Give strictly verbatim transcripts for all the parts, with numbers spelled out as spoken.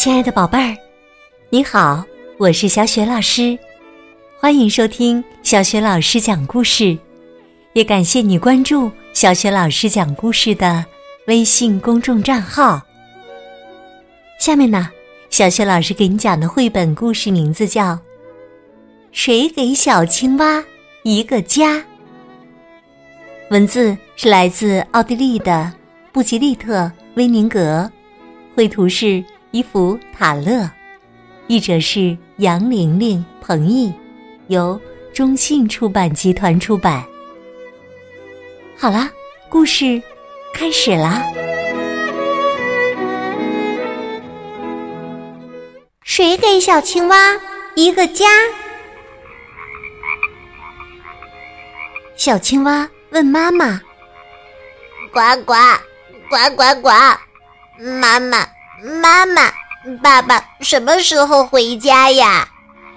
亲爱的宝贝儿，你好，我是小雪老师，欢迎收听小雪老师讲故事，也感谢你关注小雪老师讲故事的微信公众账号。下面呢，小雪老师给你讲的绘本故事名字叫《谁给小青蛙一个家》，文字是来自奥地利的布吉利特·威宁格，绘图是伊芙·塔勒，译者是杨玲玲、彭毅，由中信出版集团出版。好啦，故事开始啦。 谁给小青蛙一个家？ 小青蛙问妈妈： 呱呱呱呱呱，妈妈妈妈，爸爸什么时候回家呀？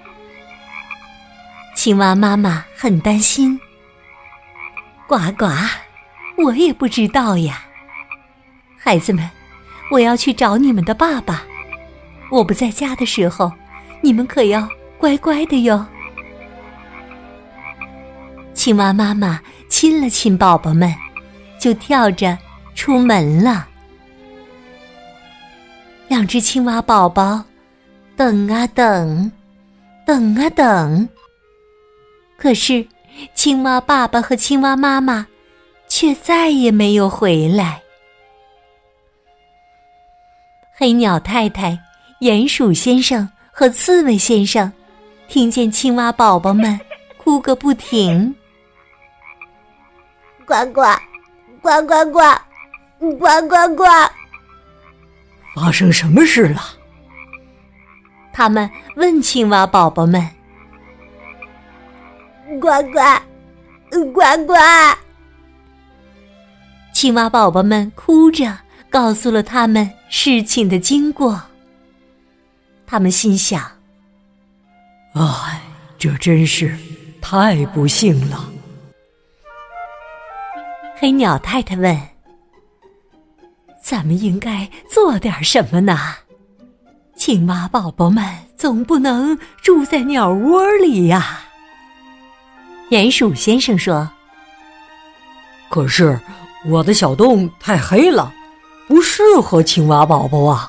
青蛙妈妈很担心。呱呱，我也不知道呀。孩子们，我要去找你们的爸爸，我不在家的时候，你们可要乖乖的哟。青蛙妈妈亲了亲宝宝们，就跳着出门了。两只青蛙宝宝等啊等，等啊等，可是青蛙爸爸和青蛙妈妈却再也没有回来。黑鸟太太、鼹鼠先生和刺猬先生听见青蛙宝宝们哭个不停。 呱呱呱呱呱呱呱呱， 发生什么事了？ 他们问青蛙宝宝们。 呱呱呱呱， 青蛙宝宝们哭着告诉了他们事情的经过。他们心想： 唉，这真是太不幸了。 黑鸟太太问：咱们应该做点什么呢？青蛙宝宝们总不能住在鸟窝里呀。鼹鼠先生说： 可是我的小洞太黑了，不适合青蛙宝宝啊。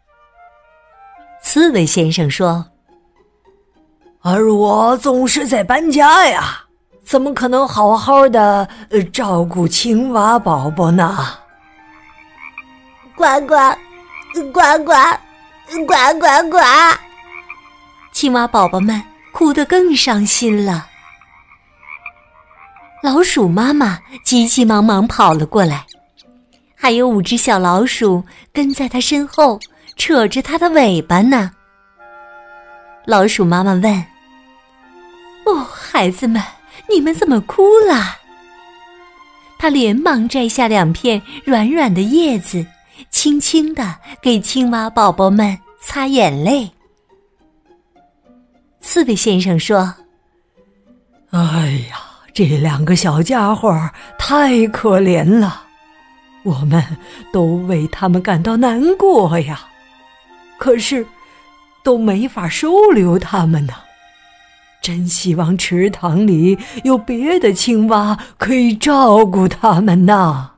刺猬先生说： 而我总是在搬家呀，怎么可能好好的、呃、照顾青蛙宝宝呢？ 呱呱呱呱呱呱呱， 青蛙宝宝们哭得更伤心了。老鼠妈妈急急忙忙跑了过来，还有五只小老鼠跟在她身后，扯着她的尾巴呢。老鼠妈妈问：哦，孩子们，你们怎么哭了？她连忙摘下两片软软的叶子，轻轻地给青蛙宝宝们擦眼泪。刺猬先生说： 哎呀，这两个小家伙太可怜了，我们都为他们感到难过呀，可是都没法收留他们呢。真希望池塘里有别的青蛙可以照顾他们呢。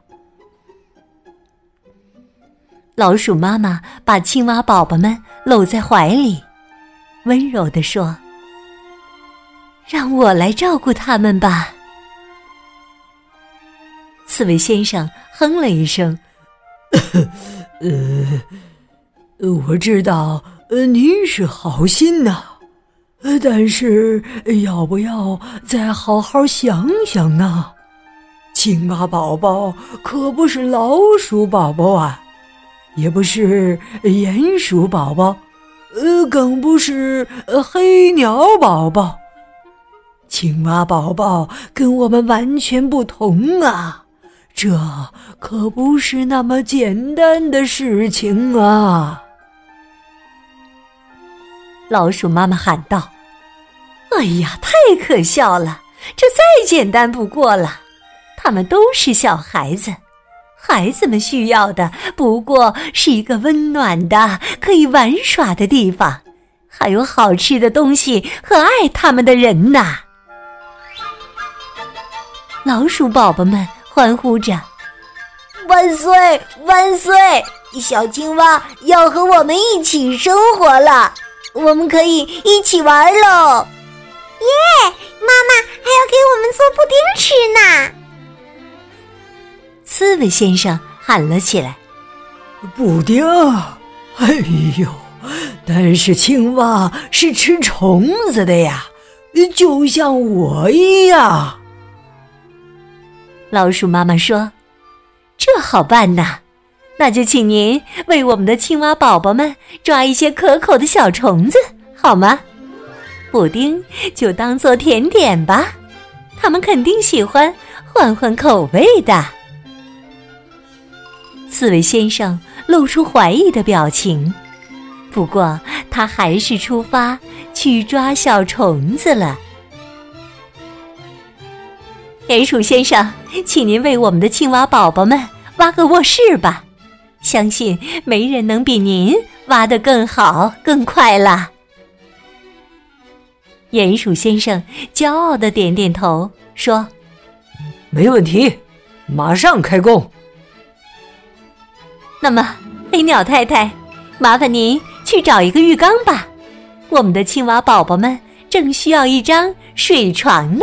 老鼠妈妈把青蛙宝宝们搂在怀里，温柔地说：让我来照顾他们吧。刺猬先生哼了一声： 呃，我知道呃你是好心呐、呃，但是要不要再好好想想呢？青蛙宝宝可不是老鼠宝宝啊，也不是鼹鼠宝宝，呃，更不是呃黑鸟宝宝。青蛙宝宝跟我们完全不同啊，这可不是那么简单的事情啊。 老鼠妈妈喊道：哎呀，太可笑了，这再简单不过了，他们都是小孩子， 孩子们需要的不过是一个温暖的、可以玩耍的地方，还有好吃的东西和爱他们的人呐。老鼠宝宝们欢呼着： 万岁万岁！小青蛙要和我们一起生活了，我们可以一起玩喽！耶！妈妈还要给我们做布丁吃呢。 刺猬先生喊了起来： 布丁？哎呦，但是青蛙是吃虫子的呀，就像我一样。 老鼠妈妈说：这好办呐，那就请您为我们的青蛙宝宝们抓一些可口的小虫子，好吗？布丁就当做甜点吧，他们肯定喜欢换换口味的。刺猬先生露出怀疑的表情，不过他还是出发去抓小虫子了。鼹鼠先生，请您为我们的青蛙宝宝们挖个卧室吧，相信没人能比您挖得更好更快了。鼹鼠先生骄傲地点点头说： 没问题，马上开工。 那么黑鸟太太，麻烦您去找一个浴缸吧，我们的青蛙宝宝们正需要一张水床呢。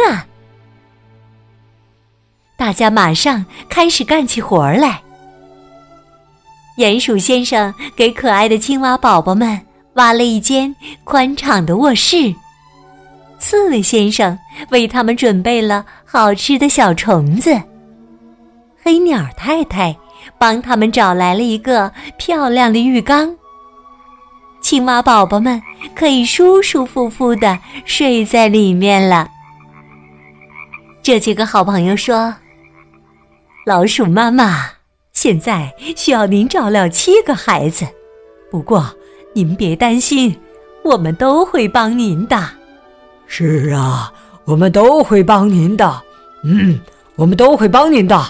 大家马上开始干起活来。鼹鼠先生给可爱的青蛙宝宝们挖了一间宽敞的卧室，刺猬先生为他们准备了好吃的小虫子，黑鸟太太帮他们找来了一个漂亮的浴缸，青蛙宝宝们可以舒舒服服地睡在里面了。这几个好朋友说：老鼠妈妈，现在需要您照料七个孩子，不过您别担心，我们都会帮您的。 是啊，我们都会帮您的。嗯，我们都会帮您的。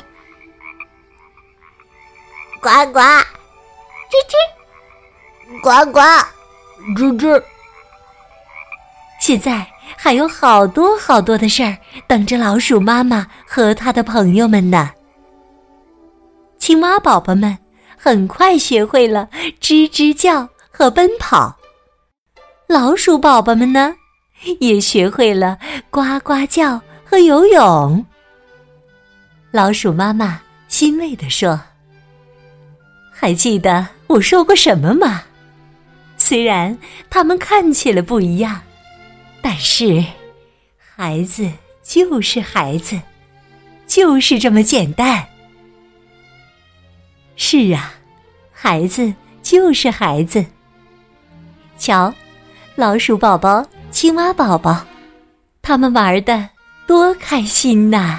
呱呱，吱吱，呱呱， 吱吱。 现在还有好多好多的事儿等着老鼠妈妈和她的朋友们呢。青蛙宝宝们很快学会了吱吱叫和奔跑，老鼠宝宝们呢，也学会了呱呱叫和游泳。老鼠妈妈欣慰地说：还记得我说过什么吗？虽然他们看起来不一样，但是孩子就是孩子，就是这么简单。是啊，孩子就是孩子。瞧，老鼠宝宝、青蛙宝宝，他们玩得多开心呐！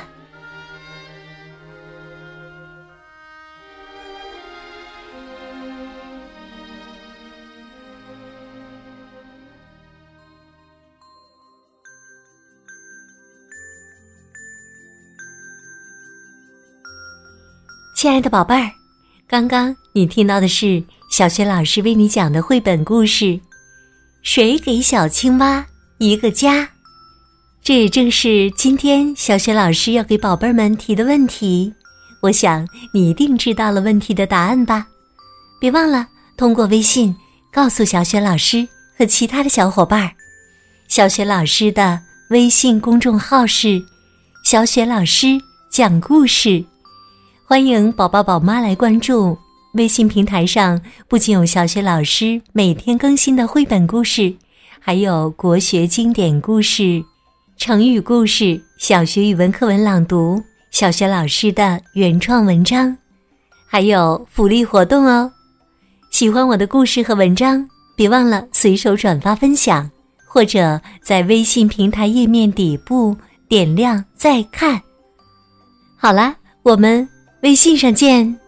亲爱的宝贝儿，刚刚你听到的是小雪老师为你讲的绘本故事《谁给小青蛙一个家》。这也正是今天小雪老师要给宝贝们提的问题，我想你一定知道了问题的答案吧。别忘了通过微信告诉小雪老师和其他的小伙伴。小雪老师的微信公众号是小雪老师讲故事，欢迎宝宝宝妈来关注。微信平台上不仅有小雪老师每天更新的绘本故事，还有国学经典故事、成语故事、小学语文课文朗读、小雪老师的原创文章，还有福利活动哦。喜欢我的故事和文章，别忘了随手转发分享，或者在微信平台页面底部点亮再看。好啦，我们微信上见。